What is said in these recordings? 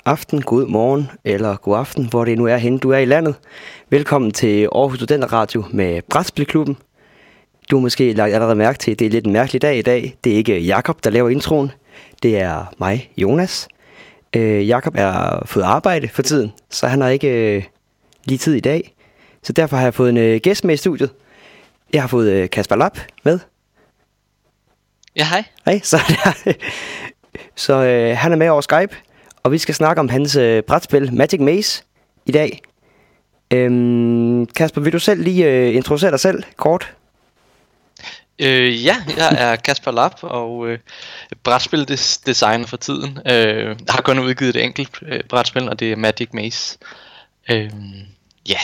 aften, god morgen eller god aften, hvor det nu er henne, du er i landet. Velkommen til Aarhus Studenter Radio med Brætspilklubben. Du har måske lagt allerede mærke til, at det er lidt en mærkelig dag i dag. Det er ikke Jakob, der laver introen. Det er mig, Jonas. Jakob er fået arbejde for tiden, så han har ikke lige tid i dag. Så derfor har jeg fået en gæst med i studiet. Jeg har fået Kasper Lapp med. Ja, hej. Hej, så han er med over Skype, og vi skal snakke om hans brætspil Magic Maze i dag. Kasper, vil du selv lige introducere dig selv kort? Ja, jeg er Kasper Lapp og brætspildesigner for tiden. Har kun udgivet et enkelt brætspil, og det er Magic Maze. Ja.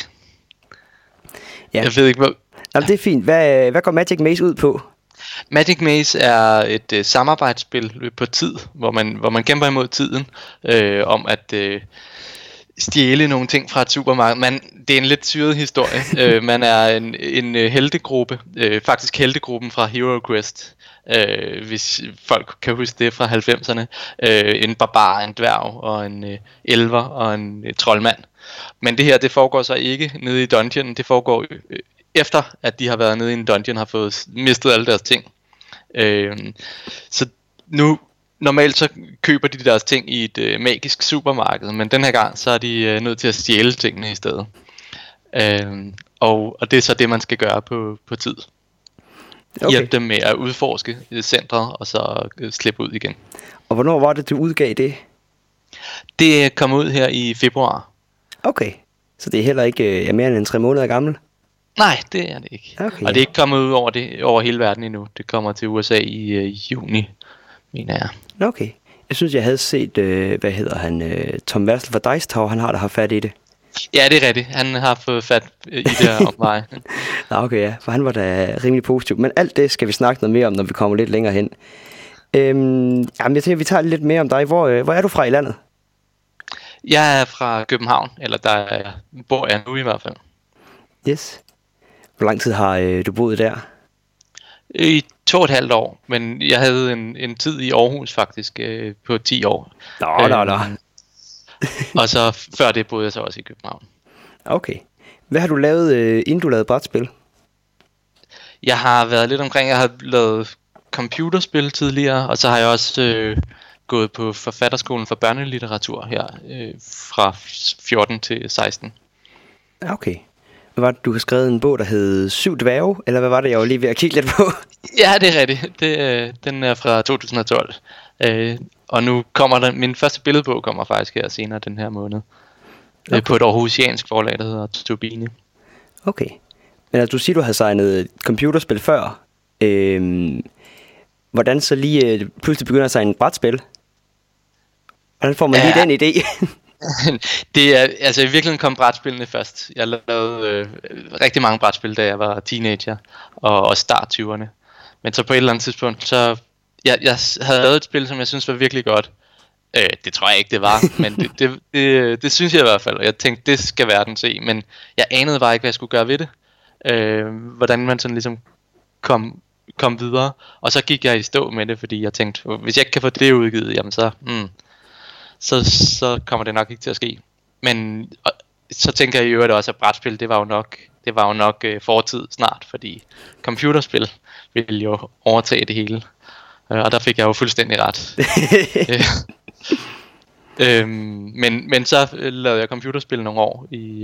Jeg ved ikke, hvad... Jamen, det er fint. Hvad går Magic Maze ud på? Magic Maze er et samarbejdsspil på tid, hvor man kæmper imod tiden, om at stjæle nogle ting fra et supermarked. Det er en lidt syret historie. Man er en heltegruppe, faktisk heltegruppen fra Hero Quest, hvis folk kan huske det fra 90'erne. En barbar, en dværg og en elver og en troldmand. Men det her, det foregår så ikke nede i dungeonen, det foregår efter at de har været nede i en dungeon, har fået mistet alle deres ting. Så nu normalt så køber de deres ting i et magisk supermarked, men den her gang så er de nødt til at stjæle tingene i stedet. Og det er så det, man skal gøre på tid. Okay. Hjælpe dem med at udforske centret og så slippe ud igen. Og hvornår var det, du udgav det? Det kom ud her i februar. Okay, så det er heller ikke mere end 3 måneder gammel? Nej, det er det ikke. Okay. Og det er ikke kommet ud over hele verden endnu. Det kommer til USA i juni, mener jeg. Okay. Jeg synes, jeg havde set, Tom Vassel fra Dice Tower, han har da haft fat i det. Ja, det er rigtigt. Han har fået fat i det her om mig. Okay, ja. For han var da rimelig positiv. Men alt det skal vi snakke noget mere om, når vi kommer lidt længere hen. Jamen, jeg tænker, vi tager lidt mere om dig. Hvor er du fra i landet? Jeg er fra København, eller der bor jeg nu i hvert fald. Yes. Hvor lang tid har du boet der? I 2,5 år, men jeg havde en tid i Aarhus faktisk på 10 år. Nå. Og så før det boede jeg så også i København. Okay. Hvad har du lavet, inden du lavede brætspil? Jeg har været lidt omkring, jeg har lavet computerspil tidligere, og så har jeg også gået på forfatterskolen for børnelitteratur her fra 14 til 16. Okay. Hvad var det, du har skrevet en bog, der hed 7 dværge? Eller hvad var det, jeg var lige ved at kigge lidt på? Ja, det er rigtigt. Den er fra 2012. Og nu kommer min første billedbog kommer faktisk her senere den her måned. Okay. På et aarhusiansk forlag, der hedder Turbine. Okay. Men altså, du siger, du har signet computerspil før. Hvordan så lige pludselig begynder at signe et brætspil? Hvordan får man lige den idé? Det er, altså i virkeligheden kom brætspillene først. Jeg lavede rigtig mange brætspil, da jeg var teenager og start 20'erne. Men så på et eller andet tidspunkt, så jeg havde lavet et spil, som jeg synes var virkelig godt. Det tror jeg ikke, det var, men det synes jeg i hvert fald. Og jeg tænkte, det skal verden se, men jeg anede bare ikke, hvad jeg skulle gøre ved det. Hvordan man sådan ligesom kom videre. Og så gik jeg i stå med det, fordi jeg tænkte, hvis jeg ikke kan få det udgivet, jamen så kommer det nok ikke til at ske. Men så tænker jeg i øvrigt også, at brætspil, det var jo nok fortid snart, fordi computerspil ville jo overtage det hele. Og der fik jeg jo fuldstændig ret. Men så lavede jeg computerspil nogle år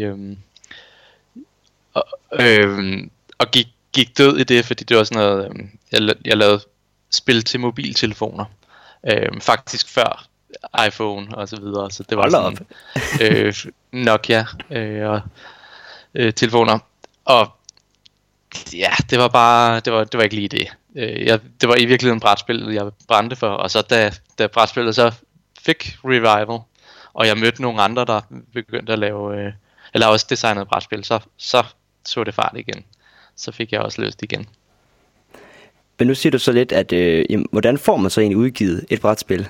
og gik død i det, fordi det var sådan noget, jeg lavede spil til mobiltelefoner. Faktisk før iPhone og så videre, så det var sådan Nokia og telefoner. Og ja, det var bare det var ikke lige det. Det var i virkeligheden brætspillet jeg brændte for, og så da brætspillet så fik revival, og jeg mødte nogle andre der begyndte at lave eller også designet brætspil, så det fart igen. Så fik jeg også lyst igen. Men nu siger du så lidt, at hvordan får man så egentlig udgivet et brætspil?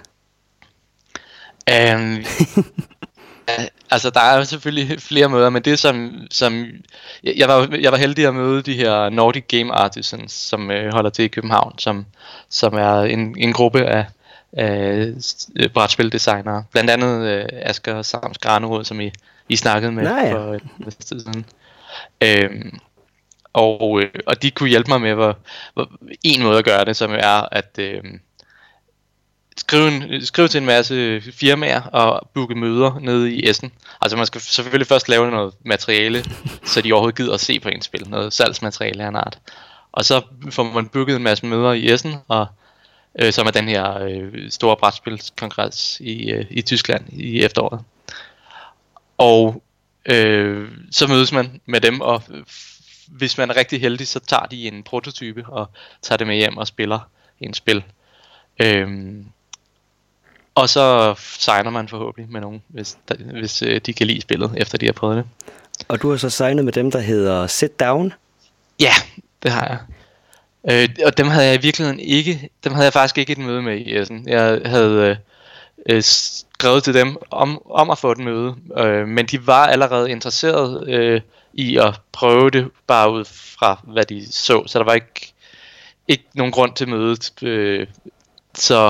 Altså der er jo selvfølgelig flere måder, men det som jeg var heldig at møde de her Nordic Game Artisans, som holder til i København, som er en gruppe af brætspildesignere. Blandt andet Asger Sams Granerud, som I snakkede med for et tid siden. Og de kunne hjælpe mig med en måde at gøre det, som er at skrive til en masse firmaer og booke møder nede i Essen. Altså man skal selvfølgelig først lave noget materiale, så de overhovedet gider at se på ens spil. Noget salgsmateriale af en art. Og så får man booket en masse møder i Essen, og som er den her store brætspilskongres i Tyskland i efteråret. Og så mødes man med dem, og hvis man er rigtig heldig, så tager de en prototype og tager det med hjem og spiller en spil. Og så signer man forhåbentlig med nogen, hvis de kan lide spillet, efter de har prøvet det. Og du har så signet med dem, der hedder Sit Down? Ja, det har jeg. Og dem havde jeg i virkeligheden ikke. Dem havde jeg faktisk ikke et møde med i Essen. Jeg havde skrevet til dem om at få et møde, men de var allerede interesseret i at prøve det, bare ud fra hvad de så der var ikke nogen grund til mødet. Så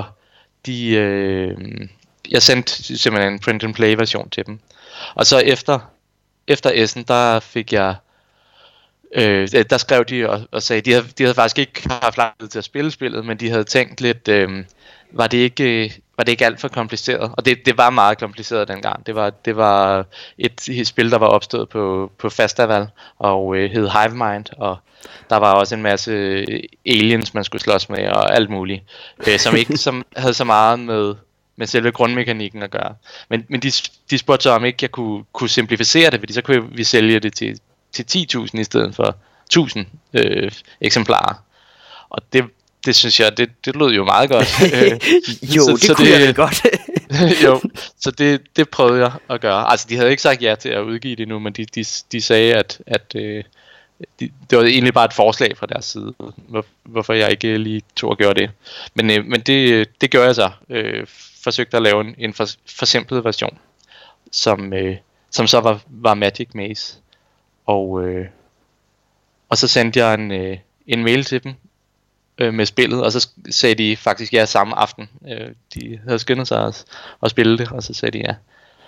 jeg sendte simpelthen en print and play version til dem. Og så efter Essen, der fik jeg der skrev de og sagde, de havde faktisk ikke haft lang tid til at spille spillet, men de havde tænkt lidt, var det ikke alt for kompliceret? Og det var meget kompliceret dengang. Det var et spil, der var opstået på Fastaval og hed Hivemind, og der var også en masse aliens, man skulle slås med og alt muligt, som havde så meget med selve grundmekanikken at gøre. Men de spurgte så, om ikke jeg kunne simplificere det, fordi så kunne vi sælge det til 10.000 i stedet for 1.000 eksemplarer. Og det synes jeg, det lød jo meget godt. Jo, det kunne jeg godt. Jo, så det prøvede jeg at gøre. Altså, de havde ikke sagt ja til at udgive det nu, men de sagde, at det var egentlig bare et forslag fra deres side, hvorfor jeg ikke lige tog og gjorde det. Men det gjorde jeg så. Forsøgte at lave en forsimplet version, som så var Magic Maze. Og så sendte jeg en mail til dem med spillet, og så sagde de faktisk ja samme aften. De havde skyndet sig at spille det, og så sagde de ja.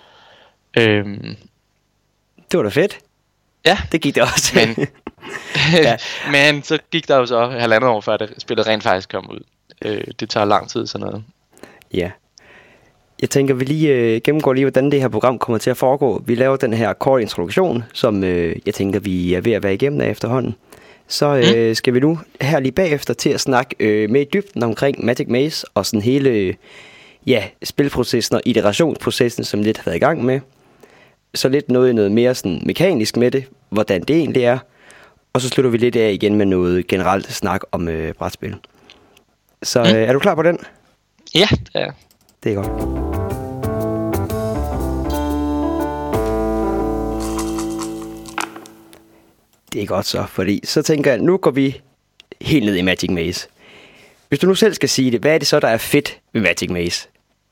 Det var da fedt. Ja. Det gik det også. Men, men så gik der jo så 1,5 år før det spillet rent faktisk kom ud. Det tager lang tid sådan noget. Ja. Jeg tænker, vi lige gennemgår lige, hvordan det her program kommer til at foregå. Vi laver den her kort introduktion, som jeg tænker, vi er ved at være igennem af efterhånden. Så skal vi nu her lige bagefter til at snakke med i dybden omkring Magic Maze og sådan hele spilprocessen og iterationsprocessen, som lidt har været i gang med. Så lidt noget mere sådan mekanisk med det, hvordan det egentlig er. Og så slutter vi lidt af igen med noget generelt snak om brætspil. Så er du klar på den? Ja, det er. Det er godt. Det er godt så, fordi så tænker jeg, nu går vi helt ned i Magic Maze. Hvis du nu selv skal sige det, hvad er det så, der er fedt ved Magic Maze?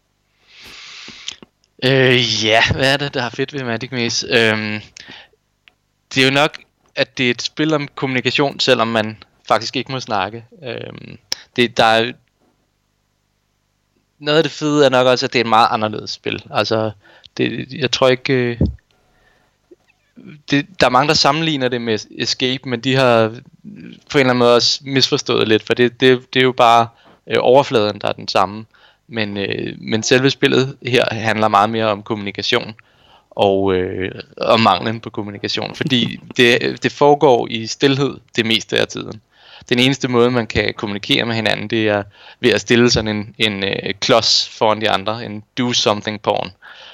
Hvad er det, der er fedt ved Magic Maze? Det er jo nok, at det er et spil om kommunikation, selvom man faktisk ikke må snakke. Der er noget af det fede er nok også, at det er et meget anderledes spil. Altså, jeg tror ikke... der er mange, der sammenligner det med Escape, men de har på en eller anden måde også misforstået lidt, for det er jo bare overfladen, der er den samme. Men selve spillet her handler meget mere om kommunikation og manglen på kommunikation, fordi det foregår i stilhed det meste af tiden. Den eneste måde, man kan kommunikere med hinanden, det er ved at stille sådan en klods foran de andre, en do something porn,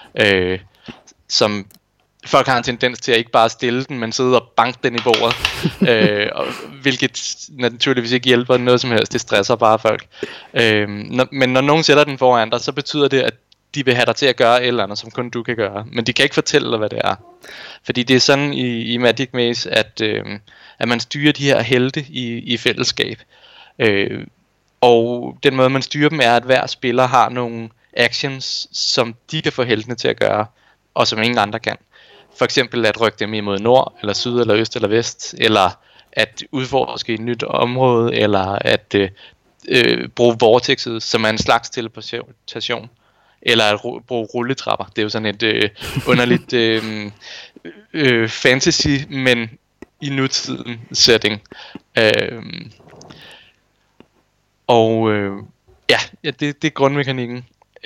som folk har en tendens til at ikke bare stille den, men sidde og banke den i bordet, hvilket naturligvis ikke hjælper noget som helst, det stresser bare folk. Men når nogen sætter den foran dig, så betyder det, at de vil have dig til at gøre et eller andet, som kun du kan gøre. Men de kan ikke fortælle dig, hvad det er. Fordi det er sådan i Magic Maze, at man styrer de her helte i fællesskab. Og den måde, man styrer dem, er, at hver spiller har nogle actions, som de kan få heltene til at gøre, og som ingen andre kan. For eksempel at rykke dem imod nord, eller syd, eller øst, eller vest, eller at udforske et nyt område, eller at bruge vortexet, som er en slags teleportation, eller at bruge rulletrapper. Det er jo sådan et underligt fantasy, men i nutiden setting. Det er grundmekanikken.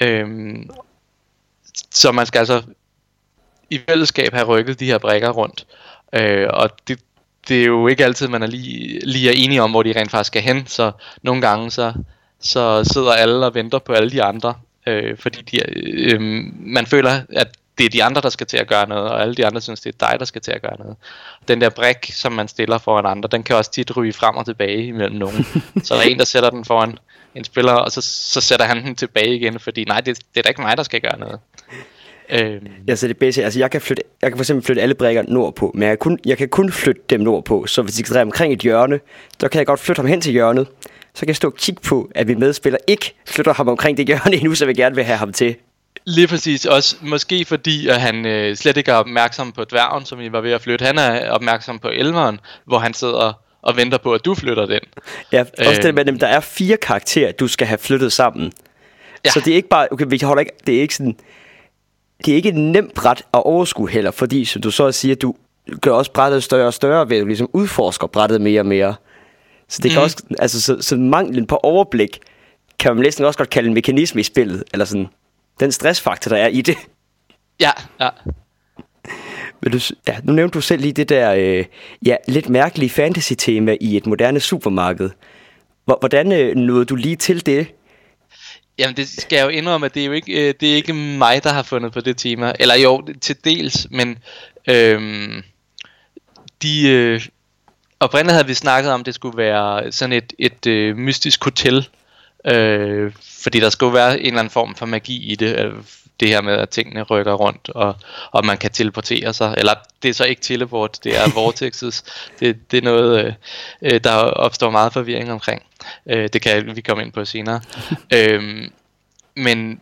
Så man skal altså i fællesskab have rykket de her brikker rundt. Og det er jo ikke altid, man er lige er enige om, hvor de rent faktisk skal hen. Så nogle gange så sidder alle og venter på alle de andre. Fordi man føler, at det er de andre, der skal til at gøre noget, og alle de andre synes, det er dig, der skal til at gøre noget. Den der brik, som man stiller foran andre, den kan også tit ryge frem og tilbage imellem nogen. Så der er en, der sætter den foran en spiller, og så sætter han den tilbage igen, fordi nej, det er da ikke mig, der skal gøre noget. Ja, så det er basic, altså jeg kan for eksempel flytte alle brikker nordpå, men jeg kan kun flytte dem nordpå, så hvis de skal dreje omkring et hjørne, så kan jeg godt flytte ham hen til hjørnet, så kan jeg stå og kigge på, at min medspiller ikke flytter ham omkring det hjørne endnu, så jeg gerne vil have ham til. Lige præcis, også måske fordi at han slet ikke er opmærksom på dværgen, som I var ved at flytte. Han er opmærksom på elveren, hvor han sidder og venter på, at du flytter den. Ja, også det med, at der er 4 karakterer, du skal have flyttet sammen. Ja. Så det er ikke bare, okay, vi holder ikke, det er ikke sådan, det er ikke et nemt bræt at overskue heller, fordi som du så siger, du gør også brættet større og større, ved at du ligesom udforsker brættet mere og mere. Så det kan også, altså så manglen på overblik, kan man næsten også godt kalde en mekanisme i spillet, eller sådan, den stressfaktor, der er i det. Ja. Men nu nævnte du selv lige det der, lidt mærkelige fantasy-tema i et moderne supermarked. Hvordan nåede du lige til det? Jamen det skal jeg jo indrømme, at det er ikke mig, der har fundet på det tema. Eller jo, til dels, men oprindeligt havde vi snakket om, at det skulle være sådan et mystisk hotel. Fordi der skulle være en eller anden form for magi i det. Det her med, at tingene rykker rundt, og man kan teleportere sig. Eller det er så ikke teleport, det er vortexes. Det er noget, der opstår meget forvirring omkring. Det kan vi komme ind på senere. Men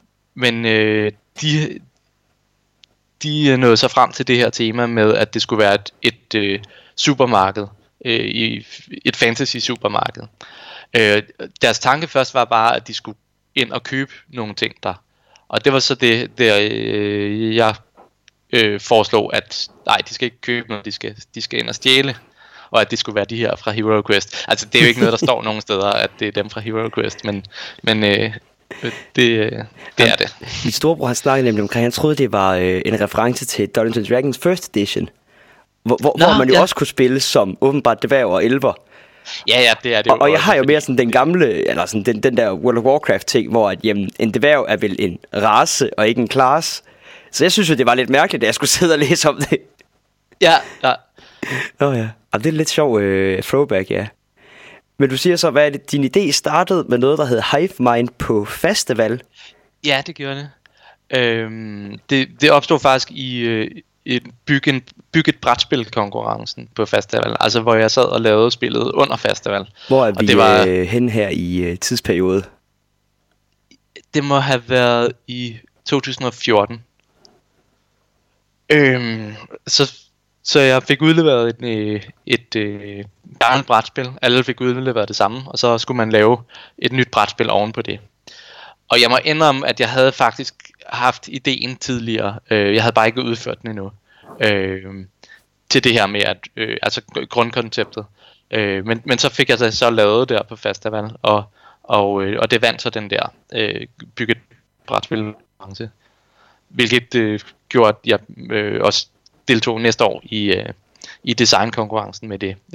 de nåede så frem til det her tema med, at det skulle være et supermarked. Et fantasy supermarked. Deres tanke først var bare, at de skulle ind og købe nogle ting der. Og det var så det, jeg foreslog, at nej, de skal ikke købe noget, de skal ind og stjæle. Og at det skulle være de her fra Hero Quest. Altså det er jo ikke noget, der står nogen steder, at det er dem fra Hero Quest, men det er det. Min storebror han snakkede nemlig omkring, han troede det var en reference til Dungeons & Dragons First Edition, hvor man jo også kunne spille som åbenbart dværg og elver. Ja, det er det jo. Og jeg har jo mere sådan den gamle, eller sådan den der World of Warcraft ting, hvor at, jamen, en dværg er vel en race og ikke en class. Så jeg synes jo, det var lidt mærkeligt, at jeg skulle sidde og læse om det. Ja. Nå ja, og det er lidt sjov throwback, ja. Men du siger så, hvad er det, din idé startede med noget, der hed Hive Mind på festival? Ja, det gjorde det. Det opstod faktisk i bygge et brætspil-konkurrencen på festival. Altså hvor jeg sad og lavede spillet under festival. Hvor er vi det var, hen her i tidsperiode? Det må have været i 2014. Så jeg fik udleveret et gammelt brætspil. Alle fik udleveret det samme, og så skulle man lave et nyt brætspil oven på det. Og jeg må indrømme, at jeg havde faktisk haft ideen tidligere. Jeg havde bare ikke udført den endnu. Til det her med at altså grundkonceptet. Men så fik jeg det så lavet der på festival, og det vandt så den der bygget brætspil-konkurrence. Hvilket gjorde, at jeg også deltog næste år i designkonkurrencen med det.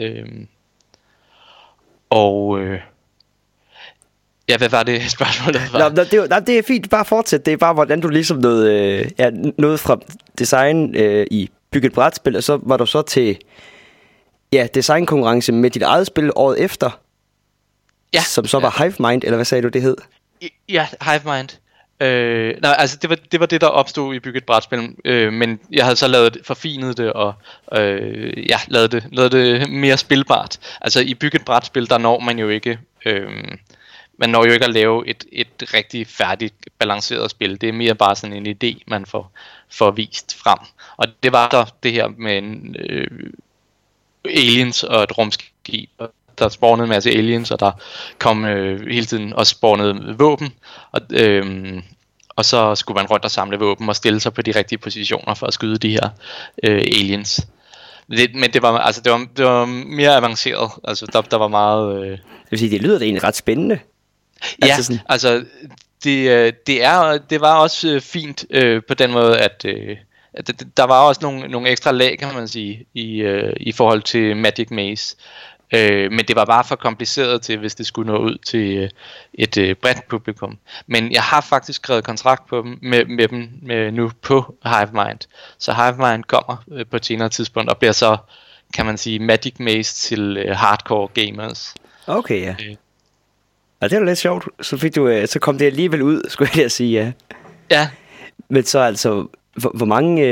Ja, hvad var det spørgsmålet? Det er fint, bare fortsæt. Det er bare, hvordan du ligesom nåede fra design i bygget brætspil, og så var du så til designkonkurrence med dit eget spil året efter. Ja. Som så var Hive Mind, eller hvad sagde du, det hed? Ja, Hive Mind. Nej, altså det var det, der opstod i bygget brætspil, men jeg havde så forfinet det og lavet det mere spilbart. Altså i bygget brætspil, der når man jo ikke man når jo ikke at lave et rigtig færdigt balanceret spil. Det er mere bare sådan en idé, man får vist frem. Og det var så det her med aliens og et rumskib, der spawnede en masse aliens, og der kom hele tiden også spawnede våben, og så skulle man rundt og samle våben og stille sig på de rigtige positioner for at skyde de her aliens. Men det var mere avanceret. Altså der var meget. Det vil sige, det lyder da egentlig ret spændende. Ja, altså det var også fint på den måde, at der var også nogle ekstra lag, kan man sige, i forhold til Magic Maze. Men det var bare for kompliceret til, hvis det skulle nå ud til et bredt publikum. Men jeg har faktisk skrevet kontrakt på dem, med dem nu på Hivemind. Så Hivemind kommer på et senere tidspunkt og bliver så, kan man sige, Magic Maze til hardcore gamers. Okay, ja. Og det er jo lidt sjovt. Så kom det alligevel ud, skulle jeg sige, ja. Ja. Men så altså, hvor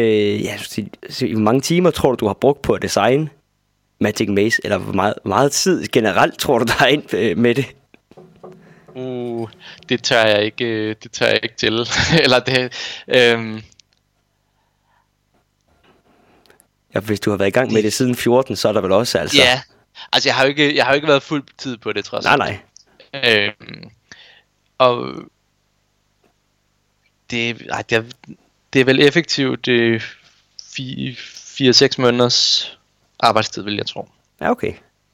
mange timer tror du har brugt på at designe Magic Maze, eller hvor meget tid generelt tror du der er ind med det? Det tør jeg ikke til. Eller det. Ja, hvis du har været i gang med det siden 14, så er der vel også altså. Ja, altså jeg har jo ikke været fuld tid på det trods alt. Nej. Og det er vel effektivt 4-6 måneders arbejdstid, vil jeg tro. Ja, okay.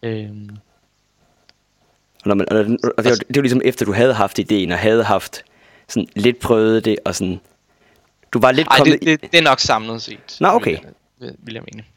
Og det er jo ligesom efter du havde haft ideen og havde haft sådan lidt prøvet det og sådan. Du var lidt kommet. Det er nok samlet set. Nå, okay. Vil jeg mene.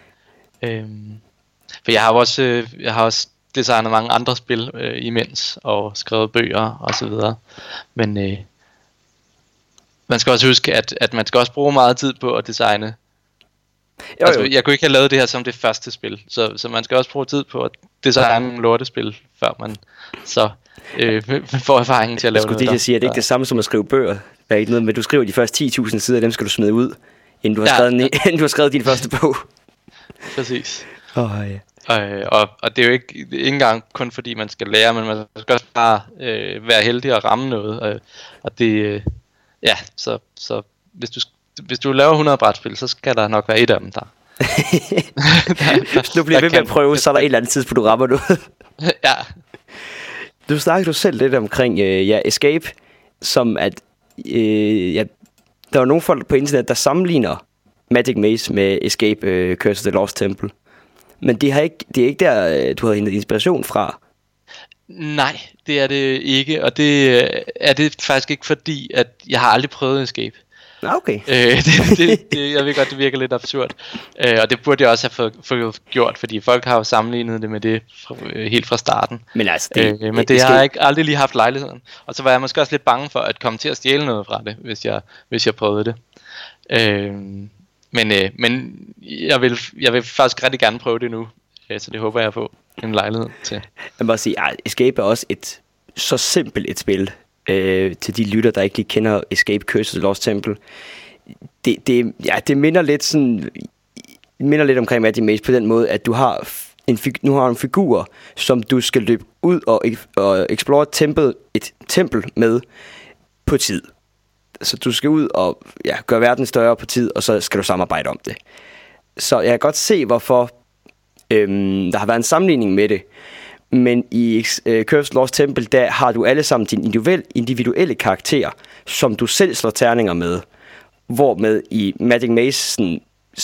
For jeg har også designet mange andre spil imens og skrevet bøger og så videre. Men man skal også huske at man skal også bruge meget tid på at designe. Altså, jeg kunne ikke have lavet det her som det første spil, så man skal også bruge tid på at designe lortespil, før man så får erfaringen til at lave noget. Jeg sige, at det ikke er det samme som at skrive bøger. Der er ikke noget med, du skriver de første 10.000 sider, dem skal du smide ud, inden du har skrevet din første bog. Præcis. Ja. Og det er jo ikke engang kun fordi man skal lære, men man skal også bare være heldig og ramme noget. Og det, så hvis du laver 100 brætspil, så skal der nok være et af dem der. Hvis du bliver ved med at prøve, så er der et eller andet tidspunkt, du rammer noget. Ja. Du snakkede jo selv lidt omkring Escape, som at der er nogle folk på internet, der sammenligner Magic Maze med Escape Curse of the Lost Temple. Men det er ikke der, du har hentet inspiration fra. Nej, det er det ikke, og det er det faktisk ikke, fordi at jeg har aldrig prøvet Escape. Okay. Jeg ved godt, det virker lidt absurd. Og det burde jeg også have fået gjort, fordi folk har jo sammenlignet det med det helt fra starten. Men altså, det har jeg aldrig lige haft lejligheden. Og så var jeg måske også lidt bange for at komme til at stjæle noget fra det, hvis jeg prøvede det. Men jeg vil faktisk rigtig gerne prøve det nu. Så det håber jeg på en lejlighed til. Jeg må bare sige, at Escape er også et så simpelt et spil. Til de lytter, der ikke lige kender Escape Curse of the Lost Temple. Det minder lidt sådan, minder lidt omkring Magic Maze på den måde, at du har en figur, som du skal løbe ud og explore et tempel med på tid. Så du skal ud og gøre verden større på tid, og så skal du samarbejde om det. Så jeg kan godt se, hvorfor der har været en sammenligning med det. Men i Curse Lost Temple, der har du alle sammen dine individuelle karakterer, som du selv slår terninger med. Hvormed i Magic Maze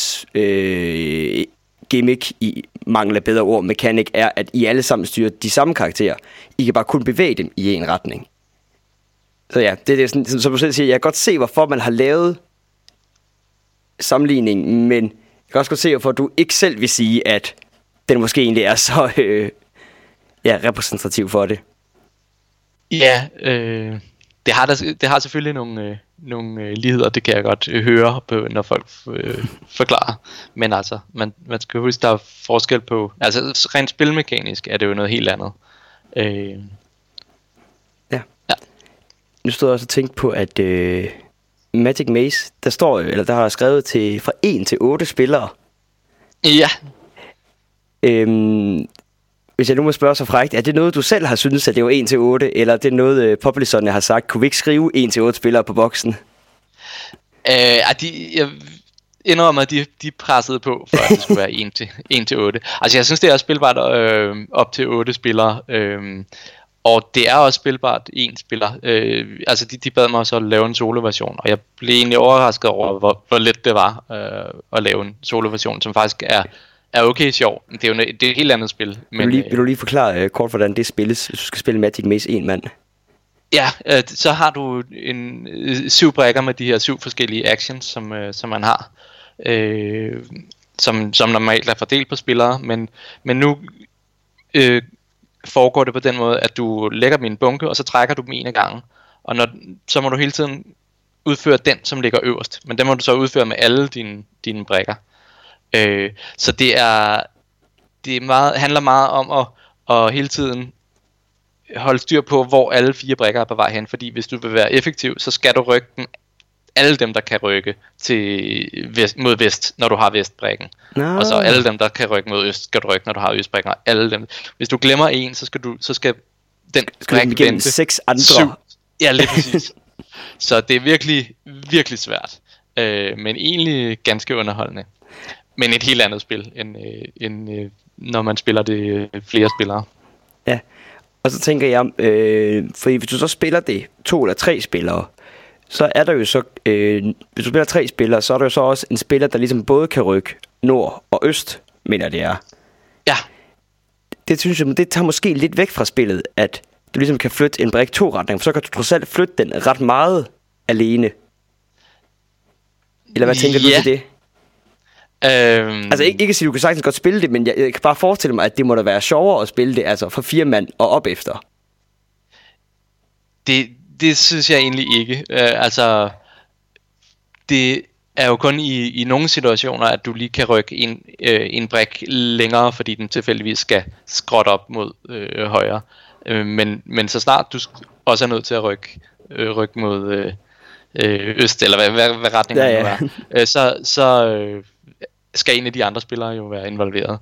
gimmick, i mangel af bedre ord, mekanik, er, at I alle sammen styrer de samme karakterer. I kan bare kun bevæge dem i en retning. Så ja, det er sådan, som du selv siger, jeg kan godt se, hvorfor man har lavet sammenligning, men jeg kan også godt se, hvorfor du ikke selv vil sige, at den måske egentlig er så repræsentativ for det. Ja, det har selvfølgelig nogle ligheder, det kan jeg godt høre på, når folk forklarer. Men altså, man skal huske, der er forskel på, altså rent spilmekanisk er det jo noget helt andet. Ja. Nu står jeg også og tænkt på, at Magic Maze, der har skrevet til fra 1 til 8 spillere. Ja. Hvis jeg nu må spørge så frækt, er det noget, du selv har syntes, at det var 1 til 8, eller er det noget, publisherne har sagt, kunne vi ikke skrive 1 til 8 spillere på boksen? indrømmer, at de pressede på, for at det skulle være 1 til 8. Altså jeg synes, det er spilbart op til 8 spillere. Og det er også spilbart en spiller. Altså de bad mig så at lave en solo-version, og jeg blev egentlig overrasket over, hvor let det var at lave en solo-version, som faktisk er okay sjov. Det er jo det er et helt andet spil. Men, vil du lige forklare kort, hvordan det spilles, hvis du skal spille Magic Maze 1 mand? Ja, så har du 7 brækker med de her 7 forskellige actions, som man har. Som normalt er fordelt på spillere, men nu foregår det på den måde, at du lægger dem i en bunke, og så trækker du dem en af gangen. Og så må du hele tiden udføre den, som ligger øverst. Men den må du så udføre med alle dine brækker. Så det handler meget om at hele tiden holde styr på, hvor alle 4 brækker er på vej hen. Fordi hvis du vil være effektiv, så skal du rykke dem, alle dem, der kan rykke mod vest, når du har vestbrækken. No. Og så alle dem, der kan rykke mod øst, skal du rykke, når du har østbrækken. Og alle dem. Hvis du glemmer en, så skal den brække vente 6 andre. 7. Ja, lige præcis. Så det er virkelig, virkelig svært. Men egentlig ganske underholdende. Men et helt andet spil, end når man spiller det flere spillere. Ja, og så tænker jeg, fordi hvis du så spiller det 2 eller 3 spillere, så er der jo så, hvis du spiller 3 spillere, så er der jo så også en spiller, der ligesom både kan rykke nord og øst, mener det er. Ja. Det synes jeg, det tager måske lidt væk fra spillet, at du ligesom kan flytte en brik 2 retninger, for så kan du trods alt flytte den ret meget alene. Eller hvad tænker du til det? Altså ikke at sige, du kan sagtens godt spille det, men jeg kan bare forestille mig, at det må da være sjovere at spille det, altså for 4 mand og op efter. Det synes jeg egentlig ikke. Altså det er jo kun i nogle situationer, at du lige kan rykke en brik længere, fordi den tilfældigvis skal skråt op mod højre. Men så snart du også er nødt til at rykke mod øst, eller hvad retningen nu er, så skal en af de andre spillere jo være involveret.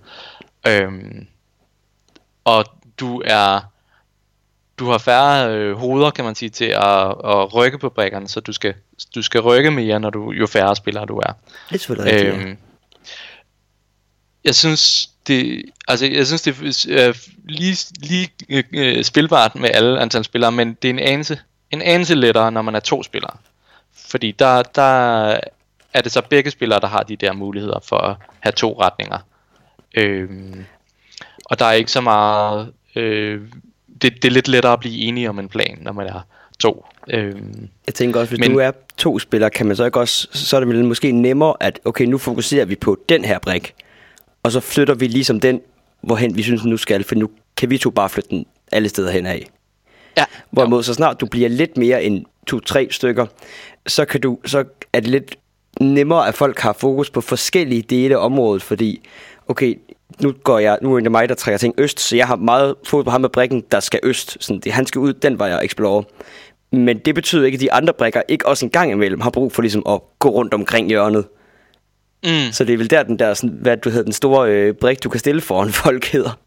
Og du har færre hoveder, kan man sige, til at rykke på brikkerne, så du skal rykke mere, når jo færre spillere du er. Det er selvfølgelig rigtigt. Jeg synes det er lige spilbart med alle antal spillere, men det er en anelse lettere, når man er 2 spillere. Fordi der er det så begge spillere, der har de der muligheder for at have 2 retninger. Og der er ikke så meget. Det er lidt lettere at blive enige om en plan, når man er 2. Jeg tænker også, hvis du er 2 spillere, kan man så ikke også, så er det måske nemmere, at okay, nu fokuserer vi på den her brik, og så flytter vi ligesom den, hvorhen vi synes, den nu skal, for nu kan vi 2 bare flytte den alle steder hen af. Ja. Hvorimod så snart du bliver lidt mere end 2-3 stykker, så er det lidt nemmere, at folk har fokus på forskellige dele af området, fordi okay, nu er det mig, der trækker ting øst, så jeg har meget fokus på ham med brikken, der skal øst. Sådan, han skal ud den vej og explore. Men det betyder ikke, at de andre brikker ikke også en gang imellem har brug for ligesom at gå rundt omkring hjørnet. Så det er vel der den der, sådan, hvad du hedder, den store brik, du kan stille foran folk hedder.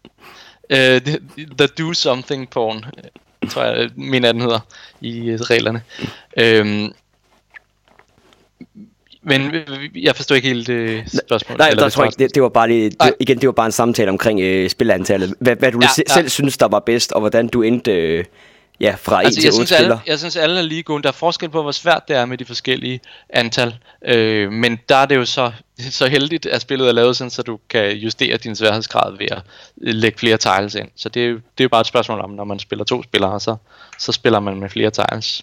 The do something porn, tror jeg, mener den hedder i reglerne. Men jeg forstår ikke helt spørgsmålet. Nej, der tror jeg ikke, det var bare lige, det var bare en samtale omkring spilantallet. Hvad du selv synes, der var bedst, og hvordan du endte fra 1 til 8 spillere. Jeg synes, alle er lige gode. Der er forskel på, hvor svært det er med de forskellige antal. Men der er det jo så heldigt, at spillet er lavet sådan, så du kan justere din sværhedsgrad ved at lægge flere tiles ind. Så det er jo bare et spørgsmål om, når man spiller 2 spillere, så spiller man med flere tiles.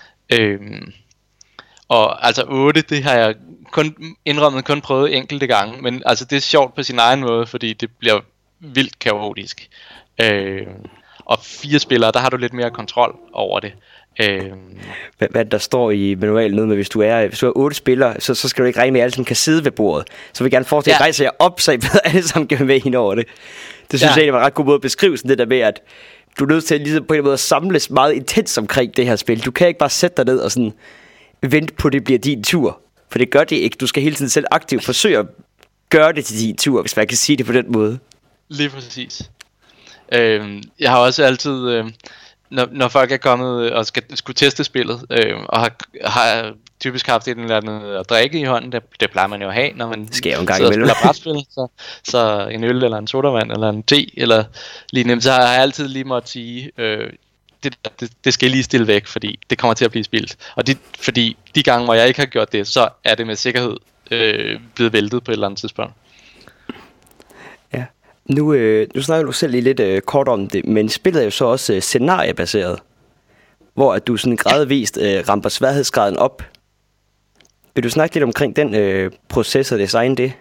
Og altså 8, det har jeg kun prøvet enkelte gange, men altså det er sjovt på sin egen måde, fordi det bliver vildt kaotisk. Og 4 spillere, der har du lidt mere kontrol over det. Hvad der står i manualen noget med, hvis du er 8 spillere, så skal du ikke regne med, at alle som kan sidde ved bordet. Så vil jeg gerne forestille, at rejse jer op, så I ved, at alle sammen kan være med hende over det. Det synes jeg, det var en ret god måde at beskrive sådan det der med, at du er nødt til ligesom på en måde at samles meget intens omkring det her spil. Du kan ikke bare sætte dig ned og sådan vente på, det bliver din tur. For det gør det ikke. Du skal hele tiden selv aktivt forsøge at gøre det til din tur, hvis man kan sige det på den måde. Lige præcis. Jeg har også altid, når folk er kommet og skulle teste spillet, og har typisk haft et eller andet at drikke i hånden. Det plejer man jo at have, når man Skal jo en gang sidder og imellem. spiller brætspil. Så en øl eller en sodavand eller en te eller lignende. Så har jeg altid lige måttet sige, det skal jeg lige stille væk, fordi det kommer til at blive spildt. Og fordi de gange, hvor jeg ikke har gjort det, så er det med sikkerhed blevet væltet på et eller andet tidspunkt. Ja. Nu snakker du selv lige lidt kort om det, men spillet er jo så også scenariebaseret, hvor at du sådan gradvist ramper sværhedsgraden op. Vil du snakke lidt omkring den proces og design det?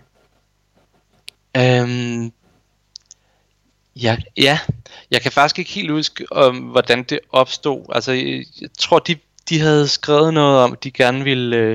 Ja, jeg kan faktisk ikke helt huske, hvordan det opstod. Altså, jeg tror, de havde skrevet noget om, at de gerne ville,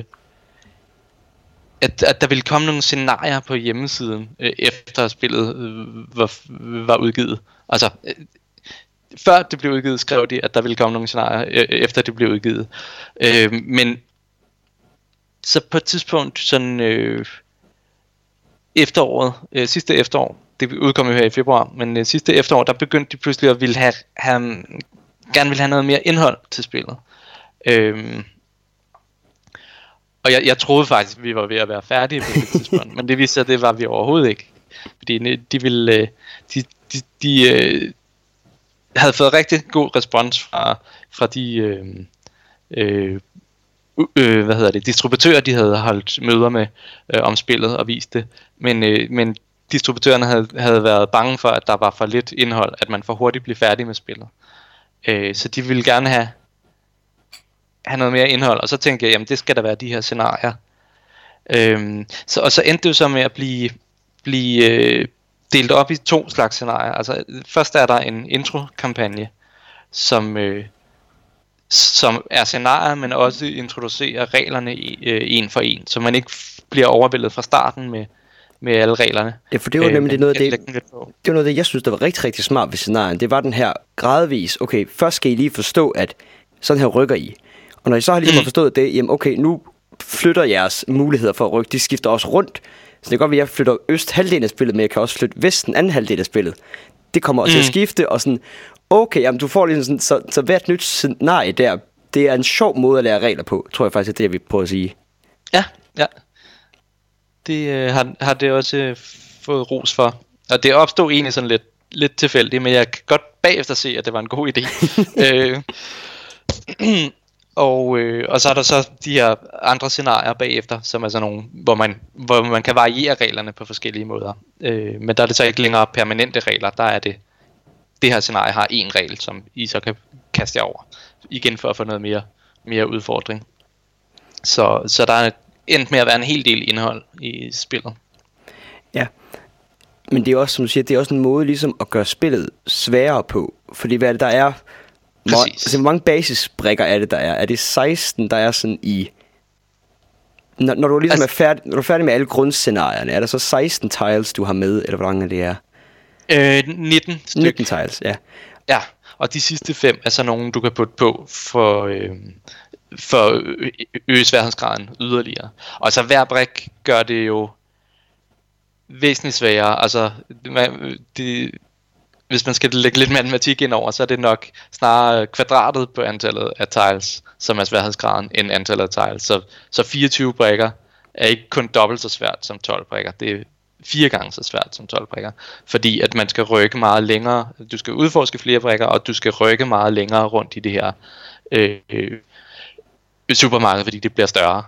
at der ville komme nogle scenarier på hjemmesiden, efter spillet var udgivet. Altså, før det blev udgivet, skrev de, at der ville komme nogle scenarier, efter det blev udgivet. Men så på et tidspunkt, sådan efteråret, sidste efterår, det udkom jo her i februar, men sidste efterår, der begyndte de pludselig at gerne ville have noget mere indhold til spillet. Og jeg troede faktisk, at vi var ved at være færdige på det tidspunkt, men det viste sig, at det var vi overhovedet ikke. Fordi de ville, de havde fået rigtig god respons fra de distributører, de havde holdt møder med om spillet og vist det. Men distributørerne havde været bange for, at der var for lidt indhold, at man for hurtigt blev færdig med spillet. Så de ville gerne have noget mere indhold, og så tænkte jeg, jamen det skal der være de her scenarier. Og så endte det jo så med at blive delt op i 2 slags scenarier. Altså først er der en intro-kampagne, som er scenarier, men også introducerer reglerne en for en, så man ikke bliver overvældet fra starten med alle reglerne. Ja, for det var nemlig noget af det var noget af det, jeg synes, der var rigtig, rigtig smart ved scenarien. Det var den her gradvis, okay, først skal I lige forstå, at sådan her rykker I. Og når I så har lige forstået det, jamen okay, nu flytter jeres muligheder for at rykke, de skifter også rundt. Så det kan godt være, at jeg flytter øst halvdelen af spillet, men jeg kan også flytte vest den anden halvdel af spillet. Det kommer også til at skifte, og sådan, okay, jamen du får lige sådan, så hvert nyt scenarie der, det er en sjov måde at lære regler på, tror jeg faktisk, er det, jeg vil prøve at sige. Ja. Det har det også fået ros for. Og det opstod egentlig sådan lidt tilfældigt, men jeg kan godt bagefter se, at det var en god idé. Og så er der så de her andre scenarier bagefter, som er sådan nogle, hvor man kan variere reglerne på forskellige måder. Men der er det så ikke længere permanente regler. Der er det her scenarie har en regel, som I så kan kaste jer over. Igen for at få noget mere udfordring. Så der er endt med at være en hel del indhold i spillet. Ja. Men det er også, som du siger, det er også en måde ligesom at gøre spillet sværere på. Fordi hvad er det, der er? Altså, hvor mange basisbrikker er det, der er? Er det 16, der er sådan i... Når du ligesom er færdig med alle grundscenarierne, er der så 16 tiles, du har med, eller hvor mange det er? 19 stykker. 19 tiles, ja. Ja, og de sidste 5 er så nogle, du kan putte på for øge sværhedsgraden yderligere. Og så hver brik gør det jo væsentligt sværere. Altså, hvis man skal lægge lidt matematik ind over, så er det nok snarere kvadratet på antallet af tiles, som er sværhedsgraden, end antallet af tiles. Så 24 brikker er ikke kun dobbelt så svært som 12 brikker. Det er 4 gange så svært som 12 brikker. Fordi at man skal rykke meget længere. Du skal udforske flere brikker, og du skal rykke meget længere rundt i det her supermarked, fordi det bliver større.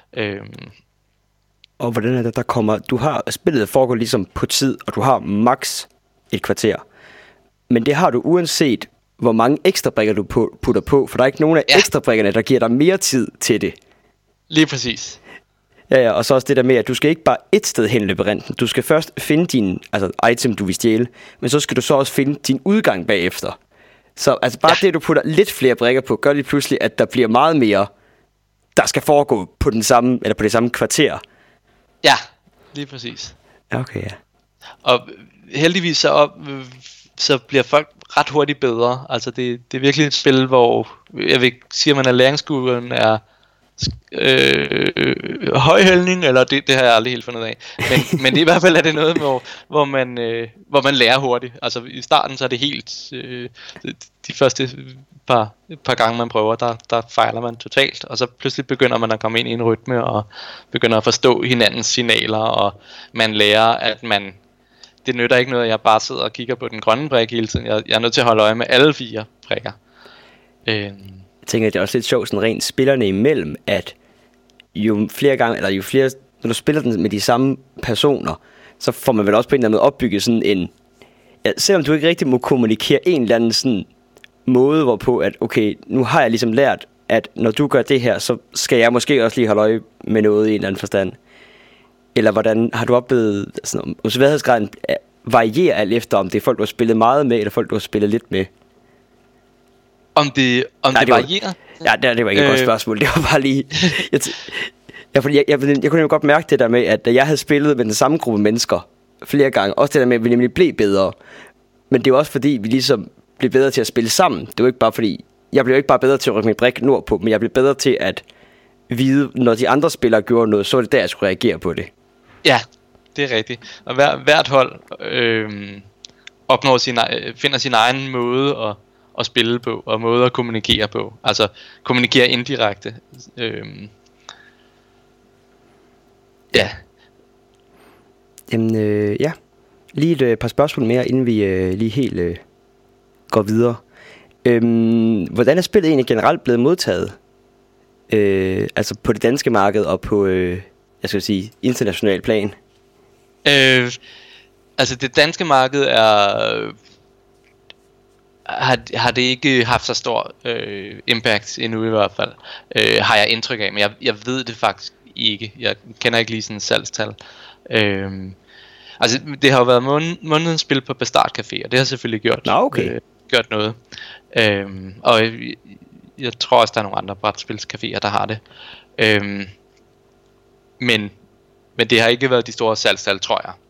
Og hvordan er det, der kommer... Du har spillet foregår ligesom på tid, og du har max et kvarter. Men det har du uanset, hvor mange ekstra brikker du putter på, for der er ikke nogen af ekstra brikkerne, der giver dig mere tid til det. Lige præcis. Ja, og så også det der med, at du skal ikke bare et sted hen i labyrinten. Du skal først finde din item, du vil stjæle, men så skal du så også finde din udgang bagefter. Så altså bare det, du putter lidt flere brikker på, gør lige pludselig, at der bliver meget mere, der skal foregå på den samme, eller på det samme kvarter. Ja, lige præcis. Okay, ja. Og heldigvis så bliver folk ret hurtigt bedre. Altså det er virkelig et spil, hvor jeg vil sige, at læringskurven er højhældning, eller det har jeg aldrig helt fundet ud af. Men i hvert fald er det noget, hvor man lærer hurtigt. Altså i starten så er det helt de første par gange man prøver, der fejler man totalt, og så pludselig begynder man at komme ind i en rytme og begynder at forstå hinandens signaler, og man lærer, at det nytter ikke noget, at jeg bare sidder og kigger på den grønne brik hele tiden. Jeg er nødt til at holde øje med alle 4 prikker. Jeg tænker, at det er også lidt sjovt sådan rent spillerne imellem, at jo flere gange, eller jo flere, når du spiller den med de samme personer, så får man vel også på en eller anden måde opbygget sådan en, ja, selvom du ikke rigtig må kommunikere en eller anden sådan måde, hvorpå at okay, nu har jeg ligesom lært, at når du gør det her, så skal jeg måske også lige holde øje med noget i en eller anden forstand. Eller hvordan har du oplevet, sådan, sværhedsgraden varierer alt efter, om det er folk, du har spillet meget med, eller folk, du har spillet lidt med? Om det varierer? Ja, det var ikke et godt spørgsmål. Det var bare lige... Jeg kunne nemlig godt mærke det der med, at jeg havde spillet med den samme gruppe mennesker flere gange. Også det der med, at vi nemlig blev bedre. Men det er også fordi, vi ligesom blev bedre til at spille sammen. Det var ikke bare fordi... Jeg blev ikke bare bedre til at rykke min brik nordpå, men jeg blev bedre til at vide, når de andre spillere gjorde noget, så var det der, jeg skulle reagere på det. Ja, det er rigtigt. Og hvert hold finder sin egen måde at spille på, og måde at kommunikere på. Altså kommunikere indirekte. Ja. Jamen, ja. Lige et par spørgsmål mere, inden vi lige helt går videre. Hvordan er spillet egentlig generelt blevet modtaget? Altså på det danske marked og på, jeg skal sige, international plan? Altså det danske marked har det ikke haft så stor impact endnu i hvert fald, har jeg indtryk af, men jeg ved det faktisk ikke. Jeg kender ikke lige sådan et salgstal. Altså det har jo været månedens spil på Bastard Café, og det har selvfølgelig gjort, gjort noget. Og jeg tror også der er nogle andre brætspilscaféer der har det. Men det har ikke været de store salgstal, tror jeg.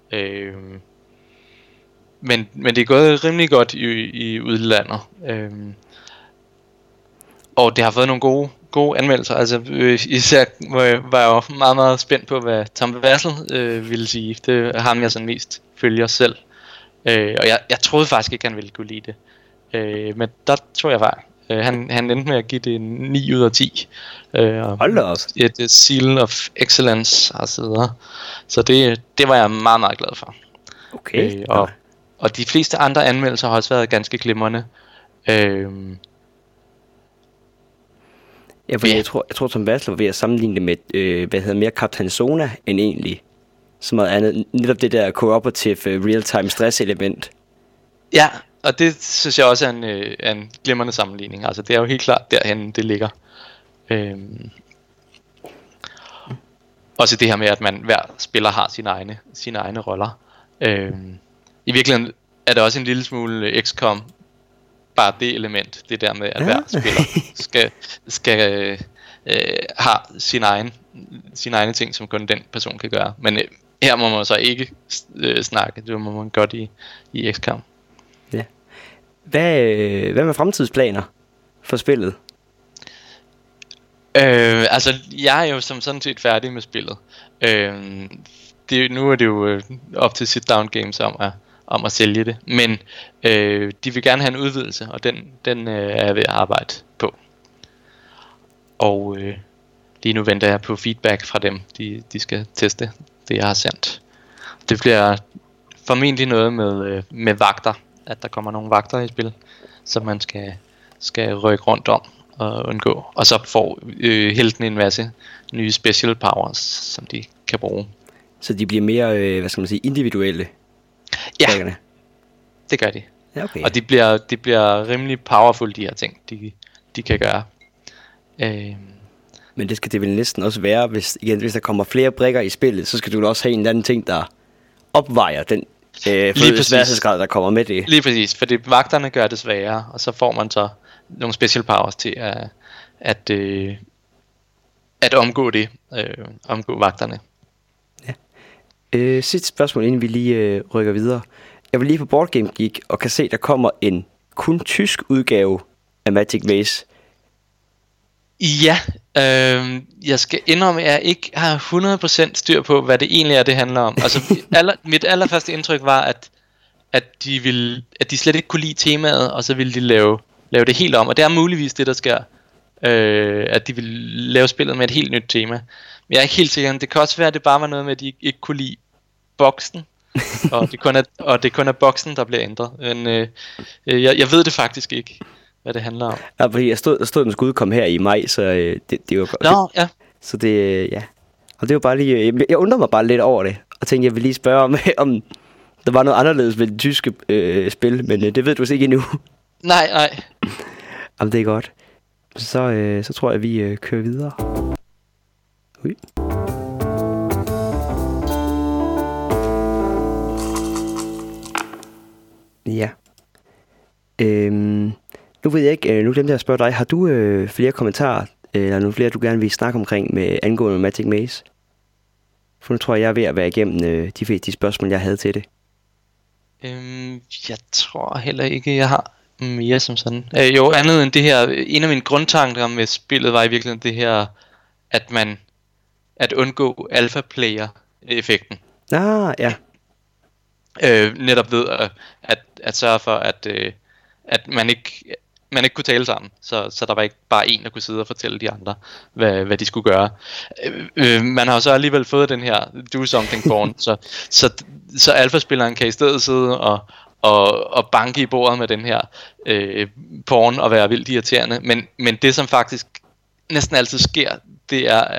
Men det er gået rimelig godt i udlandet. Og det har fået nogle gode anmeldelser. Altså især var jeg jo meget, meget spændt på, hvad Tom Vassel ville sige. Det er ham, jeg sådan mest følger selv. Og jeg troede faktisk ikke, han ville kunne lide det. Men der tror jeg fejl. Han endte med at give det en 9 ud af 10. Hold da op. Et seal of excellence og så videre. Så det var jeg meget, meget glad for. Okay. Og de fleste andre anmeldelser har også været ganske glimrende. Jeg tror Tom Vassel var ved at sammenligne det med, mere Captain Zona end egentlig. Som er andet, netop det der cooperative real-time stress-element. Ja, og det synes jeg også er en glimrende sammenligning. Altså det er jo helt klart derhen det ligger. Også det her med, at hver spiller har sine egne roller. I virkeligheden er det også en lille smule XCOM, bare det element, det der med, at hver spiller skal have sine egne ting, som kun den person kan gøre. Men her må man så ikke snakke, det må man godt i XCOM. Ja. Hvad med fremtidsplaner for spillet? Altså, jeg er jo som sådan set færdig med spillet. Nu er det jo op til Sit Down Games om at sælge det. Men de vil gerne have en udvidelse, og den er jeg ved at arbejde på. Og lige nu venter jeg på feedback fra dem. De skal teste det, jeg har sendt. Det bliver formentlig noget med vagter. At der kommer nogle vagter i spil, som man skal rykke rundt om og undgå. Og så får heltene en masse nye special powers, som de kan bruge. Så de bliver mere, individuelle? Ja, det gør de. Ja, okay. Og de bliver rimelig powerful, de her ting, de kan gøre. Men det skal det vel næsten også være, hvis der kommer flere brikker i spillet, så skal du også have en eller anden ting, der opvejer den sværhedsgrad, der kommer med det. Lige præcis, fordi vagterne gør det sværere, og så får man så nogle special powers til at omgå det, omgå vagterne. Ja. Sidste spørgsmål, inden vi lige rykker videre. Jeg vil lige på Board Game Geek og kan se, der kommer en kun tysk udgave af Magic Maze. Ja, Jeg skal indrømme, at jeg ikke har 100% styr på, hvad det egentlig er, det handler om. Altså, mit allerførste indtryk var, at de slet ikke kunne lide temaet, og så ville de lave det helt om. Og det er muligvis det, der sker. At de vil lave spillet med et helt nyt tema. Men jeg er ikke helt sikker. Det kan også være, at det bare var noget med, at de ikke kunne lide boksen. og det kun er boksen, der bliver ændret. Men jeg ved det faktisk ikke, hvad det handler om. Ja, fordi der stod, at den skulle udkomme her i maj, så det var godt. Nå, ja. Så det, ja. Og det var bare lige, jeg undrer mig bare lidt over det, og tænkte, jeg vil lige spørge om der var noget anderledes ved det tyske spil, men det ved du ikke endnu. Nej. Jamen, det er godt. Så tror jeg, at vi kører videre. Ui. Ja. Nu ved jeg ikke, nu glemte jeg at spørge dig, har du flere kommentarer, eller nogle flere, du gerne vil snakke omkring med angående Magic Maze? For nu tror jeg er ved at være igennem de spørgsmål, jeg havde til det. Jeg tror heller ikke, jeg har mere som sådan. Jo, andet end det her, en af mine grundtanker med spillet var i virkeligheden det her, at undgå alpha-player-effekten. Ja. Netop ved at sørge for, at man ikke kunne tale sammen, så der var ikke bare en, der kunne sidde og fortælle de andre, hvad de skulle gøre. Man har jo så alligevel fået den her do something porn, så alfa-spilleren kan i stedet sidde og banke i bordet med den her porn og være vildt irriterende. Men det, som faktisk næsten altid sker, det er,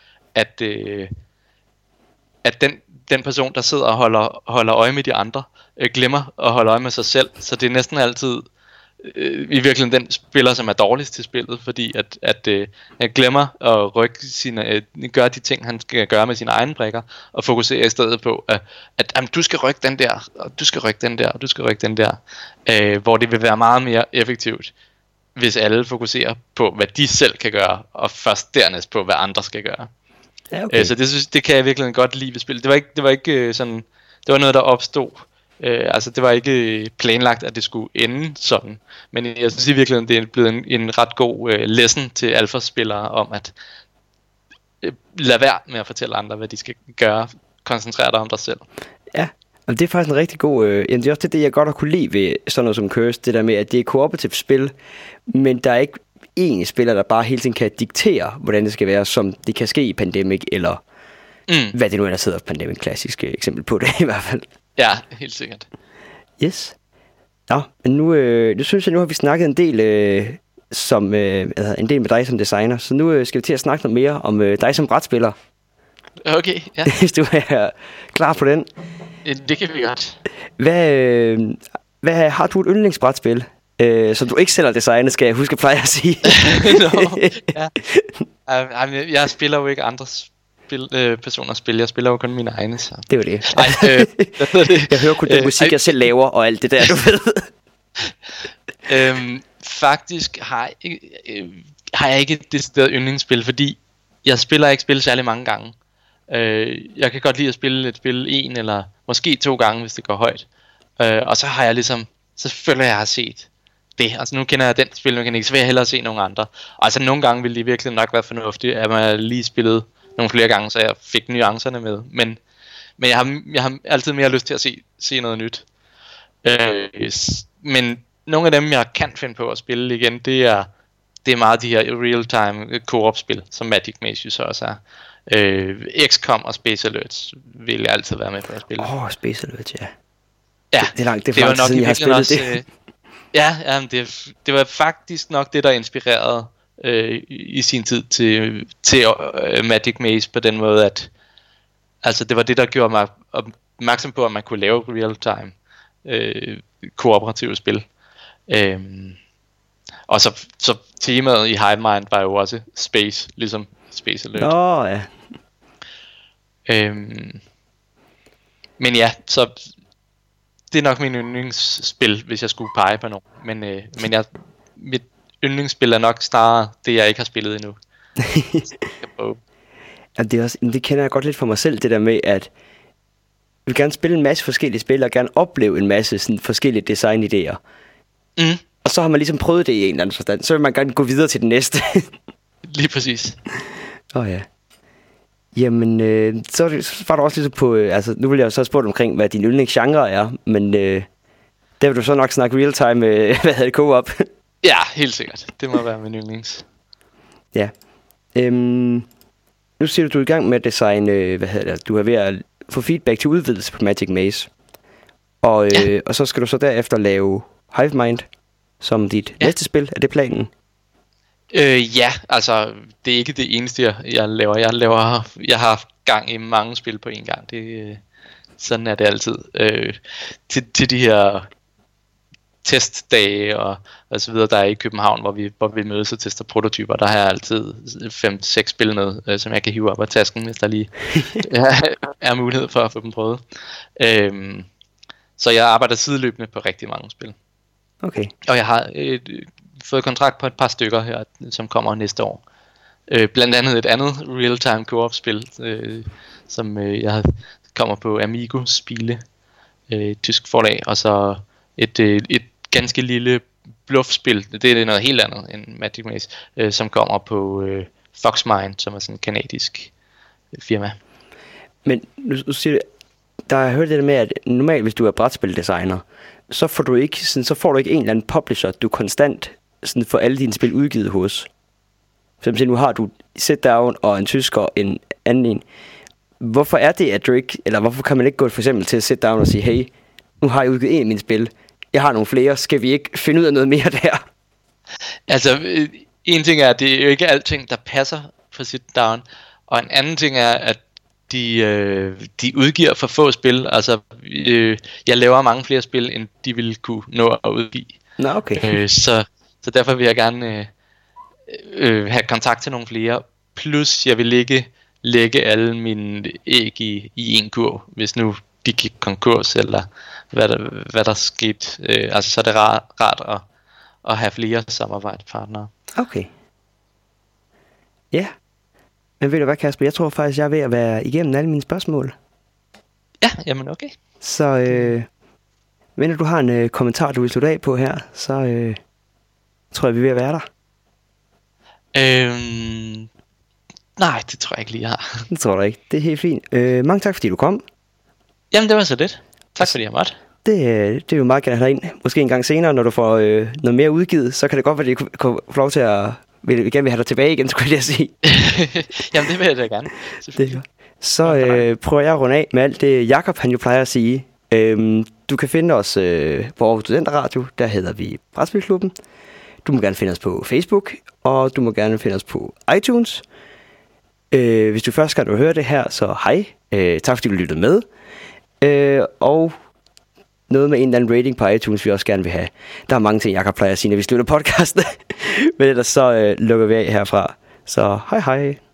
at den person, der sidder og holder øje med de andre, glemmer at holde øje med sig selv. Så det er næsten altid i virkeligheden den spiller, som er dårligst til spillet, fordi at han glemmer at gøre de ting, han skal gøre med sine egne brikker, og fokusere i stedet på, at du skal rykke den der, og du skal rykke den der, og du skal rykke den der, hvor det vil være meget mere effektivt, hvis alle fokuserer på, hvad de selv kan gøre, og først dernæst på, hvad andre skal gøre. Ja, okay. Så det kan jeg virkelig godt lide ved spillet. Det var ikke sådan, det var noget, der opstod. Altså det var ikke planlagt, at det skulle ende sådan. Men jeg synes i virkeligheden, det er blevet en ret god lesson til alfa-spillere om at lade være med at fortælle andre, hvad de skal gøre. Koncentrere dig om dig selv. Ja, og det er faktisk en rigtig god... det er også det, jeg godt har kunne lide ved sådan noget som Curse. Det der med, at det er kooperativt spil, men der er ikke en spiller, der bare hele tiden kan diktere, hvordan det skal være, som det kan ske i Pandemic, eller hvad det nu er, der sidder Pandemic, klassisk eksempel på det i hvert fald. Ja, helt sikkert. Yes. Nå, men nu synes jeg, nu har vi snakket en del, en del med dig som designer, så nu skal vi til at snakke noget mere om dig som brætspiller. Okay, ja. Hvis du er klar på den. Det kan vi godt. Hvad har du et yndlingsbrætspil, som du ikke selv har designet, skal jeg huske at pleje at sige? Jeg spiller jo ikke andres personers spil. Jeg spiller jo kun mine egne, så. Det var det. Jeg hører kun den musik, jeg selv laver, og alt det der, du ved. Faktisk har jeg ikke et decideret yndlingsspil, fordi jeg spiller ikke spil særlig mange gange. Jeg kan godt lide at spille et spil 1 eller måske 2 gange, hvis det går højt. Og så har jeg ligesom, så føler jeg har set det. Altså nu kender jeg den spilmekanik, så vil jeg hellere se nogle andre. Altså nogle gange ville det virkelig nok være fornuftigt, at man lige spillede nogle flere gange, så jeg fik nuancerne med. Men jeg har altid mere lyst til at se noget nyt. Men nogle af dem, jeg kan finde på at spille igen, det er meget de her real-time co-op-spil, som Magic Maze så også er. XCOM og Space Alerts vil jeg altid være med på at spille. Space Alerts, ja. Ja, det var nok siden, jeg har spillet også, det. Det var faktisk nok det, der inspirerede i sin tid til Magic Maze på den måde, at altså det var det, der gjorde mig opmærksom på, at man kunne lave real-time kooperative spil. Og så temaet i Hive Mind var jo også space, ligesom Space Alert. Ja. Men ja, så det er nok min yndlingsspil, hvis jeg skulle pege på nogen. Men mit yndlingsspil er nok snarere det, jeg ikke har spillet endnu. Ja, det kender jeg godt lidt for mig selv, det der med, at jeg vil gerne spille en masse forskellige spil, og gerne opleve en masse sådan forskellige designidéer. Og så har man ligesom prøvet det i en eller anden forstand. Så vil man gerne gå videre til det næste. Lige præcis. Ja. Jamen, så var du også lidt på... altså, nu vil jeg så spurgt omkring, hvad din yndlingsgenre er, men der vil du så nok snakke real-time, co-op. Ja, helt sikkert. Det må være min yndlings. Ja. Nu siger du er i gang med at designe... du er ved at få feedback til udvidelse på Magic Maze. Og så skal du så derefter lave Hive Mind som dit næste spil. Er det planen? Ja, altså det er ikke det eneste jeg laver. Jeg har haft gang i mange spil på en gang. Sådan er det altid. Til de her testdage og så videre, der er i København, hvor vi mødes og tester prototyper, der har jeg altid 5-6 spil med, som jeg kan hive op af tasken, hvis der lige er mulighed for at få dem prøvet. Så jeg arbejder sideløbende på rigtig mange spil. Okay. Og jeg har fået kontrakt på et par stykker her, som kommer næste år. Blandt andet et andet real-time co-op spil, som jeg kommer på Amigo Spiele, tysk forlag, og så et ganske lille bluffspil. Det er noget helt andet end Magic Maze, som kommer på Foxmind, som er sådan en kanadisk firma. Men nu siger du, der har jeg hørt det med, at normalt hvis du er brætspildesigner, så får du ikke en eller anden publisher, du konstant sådan får alle dine spil udgivet hos. Så nu har du Sit Down og en tysker og en anden en. Hvorfor er det, at du ikke, eller hvorfor kan man ikke gå for eksempel til at Sit Down og sige, hey, nu har jeg udgivet en af mine spil, jeg har nogle flere, skal vi ikke finde ud af noget mere der? Altså, en ting er, at det er jo ikke alting, der passer på Sit Down, og en anden ting er, at de udgiver for få spil. Altså, jeg laver mange flere spil, end de ville kunne nå at udgive. Nå, okay. Så derfor vil jeg gerne have kontakt til nogle flere. Plus, jeg vil lægge alle mine æg i en kurv, hvis nu de gik konkurs, eller hvad der skete. Altså, så er det rart at have flere samarbejdspartnere. Okay. Ja. Men ved du hvad, Kasper? Jeg tror faktisk, jeg er ved at være igennem alle mine spørgsmål. Ja, jamen okay. Så hvis du har en kommentar, du vil slutte af på her, så tror jeg, vi er ved at være der. Nej, det tror jeg ikke lige, jeg har. Det tror jeg ikke. Det er helt fint. Mange tak, fordi du kom. Jamen, det var så lidt. Tak, fordi jeg måtte. Det er jo meget gerne at have ind. Måske en gang senere, når du får noget mere udgivet, så kan det godt være, at det kunne få lov til at... Vi gerne vil have dig tilbage igen, skulle jeg sige. Jamen, det vil jeg da gerne. Det så prøver jeg at runde af med alt det, Jakob han jo plejer at sige. Du kan finde os på Aarhus Studenterradio. Der hedder vi Brætspilklubben. Du må gerne finde os på Facebook, og du må gerne finde os på iTunes. Hvis du først skal høre det her, så hej. Tak fordi du lyttede med. Og noget med en eller anden rating på iTunes, vi også gerne vil have. Der er mange ting, Jakob plejer at sige, når vi slutter podcasten. Men ellers så lukker vi af herfra. Så hej hej.